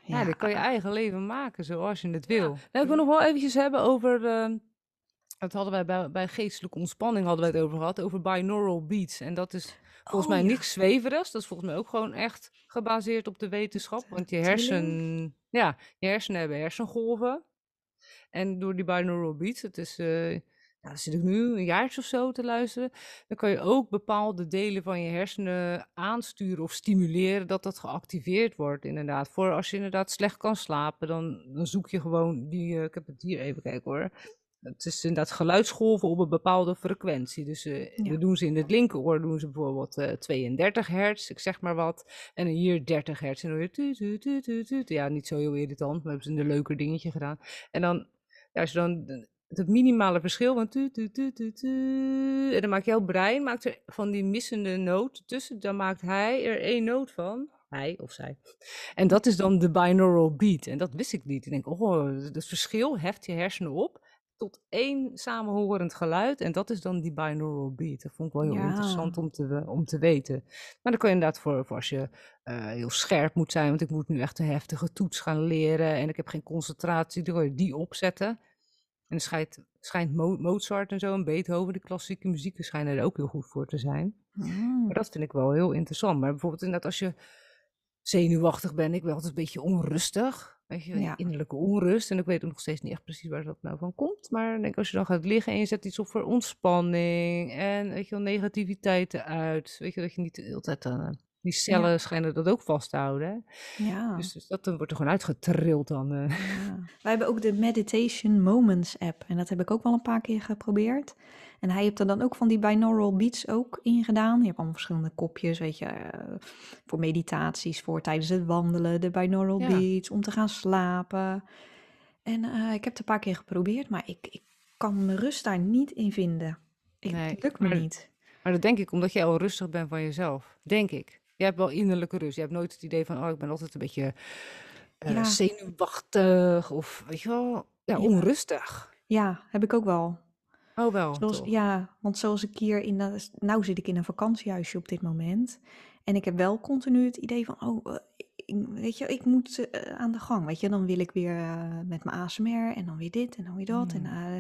Ja, Ja, dan kan je eigen leven maken zoals je het wil. Nou, ik wil nog wel eventjes hebben over... eh, dat hadden wij bij, bij geestelijke ontspanning hadden wij het over gehad, over binaural beats. En dat is volgens oh mij ja, niks zweverigs. Dat is volgens mij ook gewoon echt gebaseerd op de wetenschap. Want je trilling. hersen, ja, je hersenen hebben hersengolven. En door die binaural beats, het is, eh nou, dan zit ik nu een jaartje of zo te luisteren, dan kan je ook bepaalde delen van je hersenen aansturen of stimuleren dat dat geactiveerd wordt, inderdaad. Voor als je inderdaad slecht kan slapen, dan, dan zoek je gewoon die, eh, ik heb het hier even kijken hoor. Het is inderdaad geluidsgolven op een bepaalde frequentie. Dus eh Ja. dat doen ze in het linkeroor, doen ze bijvoorbeeld eh, tweeëndertig hertz, ik zeg maar wat. En hier dertig hertz. En dan weer tuut, tuut, tuut, tuut, tuut. Ja, niet zo heel irritant, maar hebben ze een leuker dingetje gedaan. En dan, ja, als je dan de- het minimale verschil van tuut, tuut, tuut, tuut, tuut. En dan maakt jouw brein maakt er van die missende noot tussen, dan maakt hij er één noot van. Hij of zij. En dat is dan de binaural beat. En dat wist ik niet. Ik denk, oh, het verschil heft je hersenen op tot één samenhorend geluid. En dat is dan die binaural beat. Dat vond ik wel heel Ja. interessant om te, om te weten. Maar dan kan je inderdaad voor, voor als je eh, heel scherp moet zijn. Want ik moet nu echt een heftige toets gaan leren. En ik heb geen concentratie. Dan kan je die opzetten. En dan schijnt, schijnt Mo- Mozart en zo en Beethoven, de klassieke muziek, schijnen er ook heel goed voor te zijn. Mm. Maar dat vind ik wel heel interessant. Maar bijvoorbeeld inderdaad als je zenuwachtig bent, ik ben altijd een beetje onrustig. Weet je, Ja. innerlijke onrust. En ik weet ook nog steeds niet echt precies waar dat nou van komt. Maar ik denk, als je dan gaat liggen en je zet iets op voor ontspanning. En weet je wel, negativiteit eruit. Weet je, dat je niet de hele tijd... Uh, die cellen Ja. schijnen dat ook vast te houden. Hè? Ja. Dus, dus dat dan wordt er gewoon uitgetrild dan. Uh. Ja. Wij hebben ook de Meditation Moments app. En dat heb ik ook wel een paar keer geprobeerd. En hij heeft er dan ook van die binaural beats ook in gedaan. Je hebt allemaal verschillende kopjes, weet je. Uh, voor meditaties, voor tijdens het wandelen. De binaural Ja. beats, om te gaan slapen. En uh, ik heb het een paar keer geprobeerd. Maar ik, ik kan mijn rust daar niet in vinden. Ik, Nee, het lukt me maar, niet. maar dat denk ik omdat jij al rustig bent van jezelf. Denk ik. Je hebt wel innerlijke rust. Je hebt nooit het idee van, oh, ik ben altijd een beetje uh, Ja. zenuwachtig of, weet je wel, ja, Ja. onrustig. Ja, heb ik ook wel. Oh wel, Zoals, toch? ja, want zoals ik hier in de, nou zit ik in een vakantiehuisje op dit moment. En ik heb wel continu het idee van, oh, uh, ik, weet je, ik moet uh, aan de gang. Weet je, dan wil ik weer uh, met mijn A S M R en dan weer dit en dan weer dat. Hmm. En uh,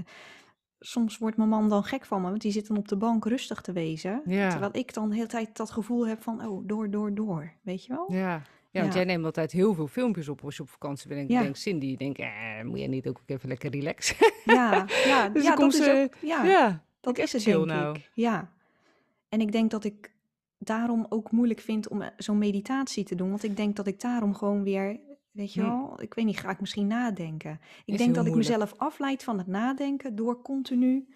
soms wordt mijn man dan gek van me, want die zit dan op de bank rustig te wezen. Ja. Terwijl ik dan de hele tijd dat gevoel heb van, oh, door, door, door. Weet je wel? Ja. Ja, want Ja. jij neemt altijd heel veel filmpjes op als je op vakantie bent. En ik Ja. denk, Cindy, ik denk, eh, moet je niet ook even lekker relaxen? Ja, ja, Dus ja dan dat komt is ze, ook, ja, ja, dat ik is het chill denk nou. ik. Ja. En ik denk dat ik daarom ook moeilijk vind om eh, zo'n meditatie te doen. Want ik denk dat ik daarom gewoon weer, weet je Hm. wel, ik weet niet, ga ik misschien nadenken. Ik Is denk heel dat ik moeilijk. mezelf afleid van het nadenken door continu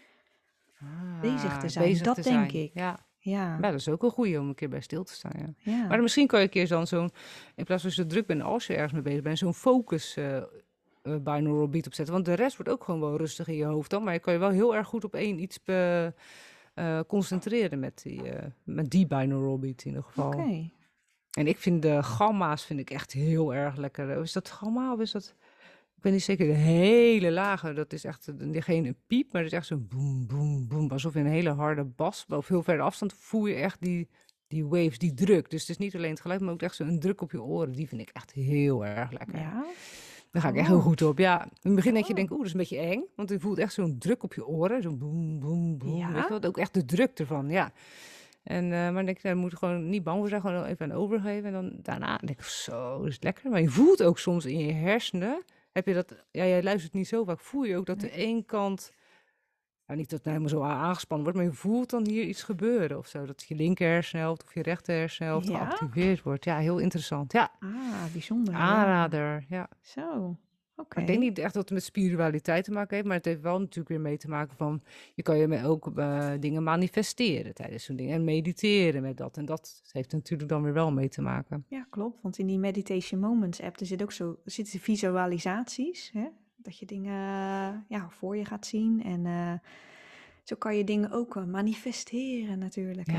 bezig te Ah, zijn. bezig Dat te denk zijn. ik. Ja. Ja, Ja, dat is ook wel goed om een keer bij stil te staan. Ja. ja. Maar misschien kan je een keer dan zo'n, in plaats van zo druk bent als je ergens mee bezig bent, zo'n focus eh eh, binaural beat opzetten. Want de rest wordt ook gewoon wel rustig in je hoofd dan. Maar je kan je wel heel erg goed op één iets be- eh, concentreren met die, eh, met die binaural beat in ieder geval. Oké. En ik vind de gamma's vind ik echt heel erg lekker. Is dat gamma of is dat... Ik ben niet zeker, de hele lage, dat is echt eh, geen een piep, maar het is echt zo'n boem, boem, boem. Alsof je een hele harde bas, maar op heel verre afstand voel je echt die, die waves, die druk. Dus het is niet alleen het geluid, maar ook echt zo'n druk op je oren. Die vind ik echt heel erg lekker. Ja. Daar ga ik echt heel Oh. goed op. Ja, in het begin denk je, Oh. denk, oeh, dat is een beetje eng. Want je voelt echt zo'n druk op je oren. Zo'n boem, boem, boem. Ja? Weet je wat? Ook echt de druk ervan, ja. En, uh, maar dan denk ik, daar moet je gewoon niet bang voor zijn. Gewoon even aan overgeven. En dan daarna denk ik, zo, dat is lekker. Maar je voelt ook soms in je hersenen... Heb je dat, ja, jij luistert niet zo vaak, voel je ook dat de één kant, nou niet dat het nou helemaal zo aangespannen wordt, maar je voelt dan hier iets gebeuren of zo. Dat je linker hersenhelft of je rechter hersenhelft Ja? geactiveerd wordt. Ja, heel interessant. Ja, Ah, bijzonder. Ja. aanrader. Ja. Zo. Oké. Maar ik denk niet echt dat het met spiritualiteit te maken heeft, maar het heeft wel natuurlijk weer mee te maken van, je kan je met ook uh, dingen manifesteren tijdens zo'n ding en mediteren met dat. En dat heeft natuurlijk dan weer wel mee te maken. Ja, klopt. Want in die Meditation Moments app, er zit ook zo, er zitten visualisaties, hè? Dat je dingen ja, voor je gaat zien. En uh, zo kan je dingen ook uh, manifesteren natuurlijk. Hè? Ja,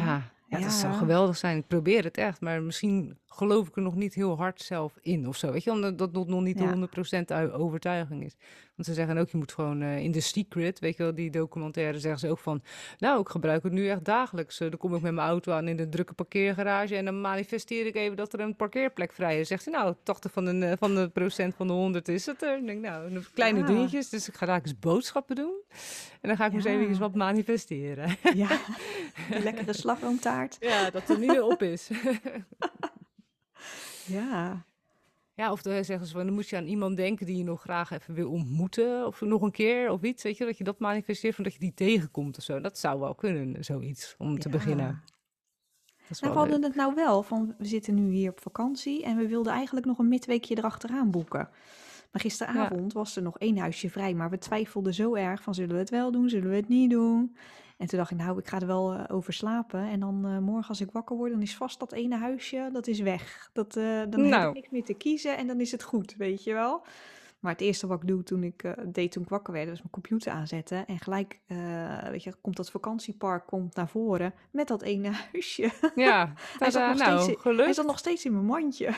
Ja, dat zou Ja, geweldig zijn. Ik probeer het echt, maar misschien geloof ik er nog niet heel hard zelf in of zo. Weet je, omdat dat nog nog niet de ja, honderd procent ui- overtuiging is. Want ze zeggen ook, je moet gewoon eh, in The Secret, weet je wel, die documentaire, zeggen ze ook van, nou, ik gebruik het nu echt dagelijks. Eh, dan kom ik met mijn auto aan in de drukke parkeergarage en dan manifesteer ik even dat er een parkeerplek vrij is. Zegt ze, nou, tachtig van de, eh, van de procent van de honderd is het er. Ik denk, nou, nog kleine ja, dingetjes, dus ik ga daar eens boodschappen doen. En dan ga ik eens even ja, wat manifesteren. ja. Die lekkere slagroomtaart. Ja, dat er niet meer op is. Ja, Ja, of dan zeggen ze van, dan moet je aan iemand denken die je nog graag even wil ontmoeten. Of nog een keer, of iets, weet je, dat je dat manifesteert, van dat je die tegenkomt of zo. Dat zou wel kunnen, zoiets, om te beginnen. ja. Dat is Nou, wel we hadden leuk. het nou wel van, we zitten nu hier op vakantie en we wilden eigenlijk nog een midweekje erachteraan boeken. Maar Ja, gisteravond was er nog één huisje vrij, maar we twijfelden zo erg van, zullen we het wel doen, zullen we het niet doen? En toen dacht ik, nou, ik ga er wel eh, over slapen. En dan eh, morgen als ik wakker word, dan is vast dat ene huisje, dat is weg. Dat, eh, dan heb ik nou, niks meer te kiezen en dan is het goed, weet je wel. Maar het eerste wat ik doe toen ik, eh, deed toen ik wakker werd, was mijn computer aanzetten. En gelijk, eh, weet je, komt dat vakantiepark komt naar voren met dat ene huisje. ja, Hij zat tada, nog steeds nou, in, hij zat nog gelukt. steeds in mijn mandje.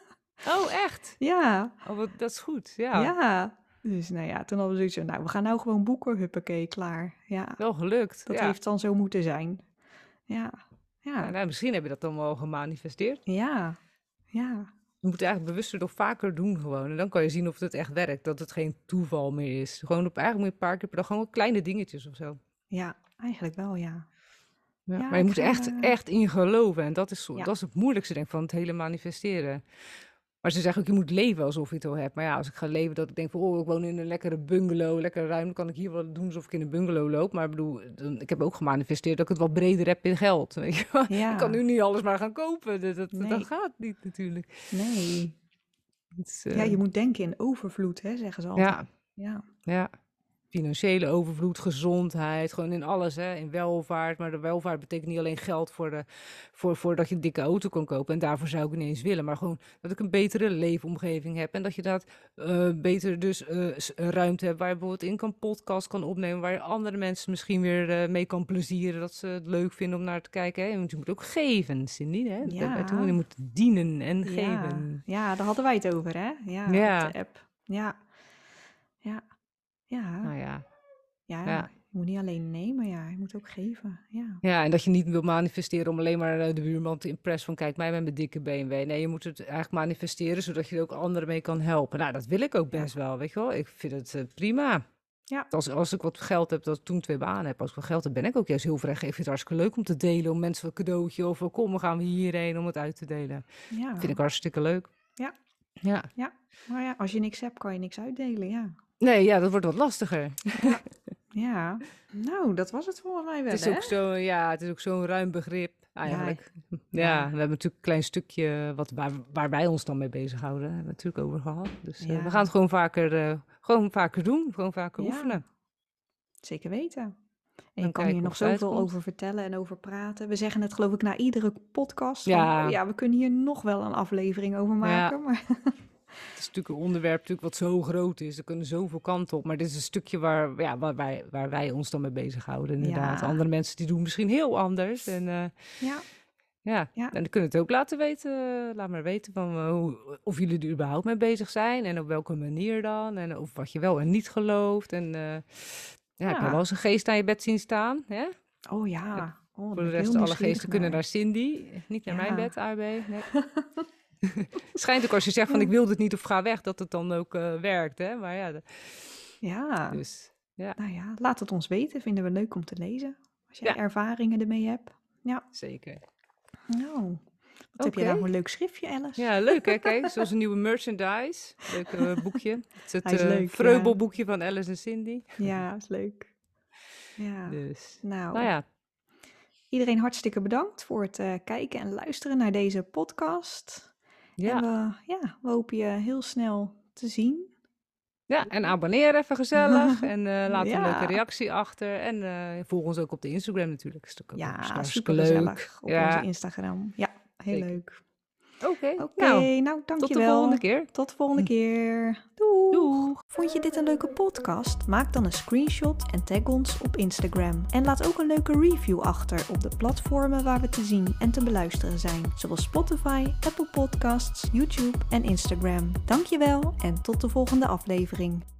Oh, echt? Ja, Oh, wat, dat is goed, ja. ja. Dus nou ja, toen hadden we zoiets van, nou, we gaan nou gewoon boeken, huppakee, klaar. Ja, Wel gelukt, dat ja. heeft dan zo moeten zijn. Ja, Nou, ja, nou, misschien heb je dat dan wel gemanifesteerd. ja, ja, Je moet het eigenlijk bewuster nog vaker doen gewoon. En dan kan je zien of het echt werkt, dat het geen toeval meer is. Gewoon op eigenlijk moet je een paar keer per dag gewoon wat kleine dingetjes of zo. ja, eigenlijk wel, ja. Ja, Ja, maar je ik moet er ga, echt, eh, echt in geloven. En dat is, zo- ja, dat is het moeilijkste, denk ik, van het hele manifesteren. Maar ze zeggen ook, je moet leven alsof je het al hebt. Maar ja, als ik ga leven dat ik denk van, oh, ik woon in een lekkere bungalow, lekker ruim, dan kan ik hier wel doen alsof ik in een bungalow loop. Maar ik bedoel, dan, ik heb ook gemanifesteerd dat ik het wat breder heb in geld. Weet je wel. Ik kan ja, nu niet alles maar gaan kopen. Dat, dat, dat nee, gaat niet natuurlijk. nee. Het is, Ja, eh, je moet denken in overvloed, hè, zeggen ze altijd. ja, Ja, ja. Financiële overvloed, gezondheid, gewoon in alles, hè, in welvaart. Maar de welvaart betekent niet alleen geld voor, de, voor, voor dat je een dikke auto kan kopen. En daarvoor zou ik niet eens willen. Maar gewoon dat ik een betere leefomgeving heb. En dat je dat eh, beter dus eh, s- een ruimte hebt waar je bijvoorbeeld in kan podcast kan opnemen. Waar je andere mensen misschien weer eh, mee kan plezieren. Dat ze het leuk vinden om naar te kijken. Hè. Want je moet ook geven, Cindy. Hè? Dat hebben wij toen. Je ja, moet dienen en ja, geven. ja, daar hadden wij het over, hè? Ja, op Ja, de app. Ja, ja, ja, nou ja, ja. ja. Je moet niet alleen nemen, ja, je moet ook geven. Ja, Ja, en dat je niet wil manifesteren om alleen maar eh, de buurman te impressen van kijk mij met mijn dikke B M W. Nee, je moet het eigenlijk manifesteren zodat je er ook anderen mee kan helpen. Nou, dat wil ik ook ja, best wel, weet je wel. Ik vind het eh, prima. ja, Als, als ik wat geld heb, dat ik toen twee banen heb. Als ik wat geld heb, ben ik ook juist heel vrij. Ik vind het hartstikke leuk om te delen, om mensen een cadeautje of eh, kom, we gaan we hierheen om het uit te delen. Vind ja, ik hartstikke leuk. ja, Ja. ja. Maar ja, als je niks hebt, kan je niks uitdelen, ja. Nee, ja, dat wordt wat lastiger. Ja, ja. Nou, dat was het volgens mij Het wel, is hè? ook zo, ja, het is ook zo'n ruim begrip Ja, eigenlijk. Ja, we ja, hebben natuurlijk een klein stukje wat, waar, waar wij ons dan mee bezighouden, hebben we het natuurlijk over gehad. Dus eh, we gaan ja, het gewoon vaker, eh, gewoon vaker doen, gewoon vaker ja, oefenen. zeker weten. En je Dan kan hier kijken nog of het zoveel uitkomt. over vertellen en over praten. We zeggen het geloof ik na iedere podcast van, oh Ja, ja, we kunnen hier nog wel een aflevering over ja, maken. Maar het is natuurlijk een onderwerp natuurlijk wat zo groot is. Er kunnen zoveel kanten op. Maar dit is een stukje waar, ja, waar, wij, waar wij ons dan mee bezighouden, inderdaad. ja, Andere mensen die doen misschien heel anders. En eh, ja, ja, ja, en dan kunnen het ook laten weten. eh, Laat maar weten van, eh, hoe, of jullie er überhaupt mee bezig zijn. En op welke manier dan. En of wat je wel en niet gelooft. En eh, ja, heb je wel ja. eens een geest aan je bed zien staan? Hè? Oh Ja, ja, oh, daar voor ben de ik heel rest, alle nieuwsgierig geesten kunnen naar. naar Cindy. Niet naar mijn Ja, bed, A B. Nee. Schijnt ook als je zegt van ik ja, wil dit niet of ga weg, dat het dan ook eh, werkt. Hè? Maar ja, de- ja. dus ja, Nou ja, laat het ons weten. Vinden we leuk om te lezen. Als jij ja, ervaringen ermee hebt. Ja, zeker. nou. Wat heb jij Oké. nou voor een leuk schriftje, Alice? Ja, leuk hè, kijk. Zoals een nieuwe merchandise. Leuk eh, boekje. Het is het Hij is eh leuk, ja. Vreubelboekje van Alice en Cindy. Ja, is leuk. Ja, Dus, nou nou. ja, Iedereen hartstikke bedankt voor het eh, kijken en luisteren naar deze podcast. En ja. we, ja, we hopen je heel snel te zien. Ja, en abonneer even gezellig. En eh, laat een leuke Ja, reactie achter. En eh, volg ons ook op de Instagram natuurlijk. Is ook ook ja, hartstikke super leuk. gezellig op onze Ja, Instagram. Ja, heel zeker. leuk. Oké, Oké, nou, nou, tot dankjewel. de volgende keer. Tot de volgende keer. Doeg. Doeg! Vond je dit een leuke podcast? Maak dan een screenshot en tag ons op Instagram. En laat ook een leuke review achter op de platformen waar we te zien en te beluisteren zijn. Zoals Spotify, Apple Podcasts, YouTube en Instagram. Dankjewel en tot de volgende aflevering.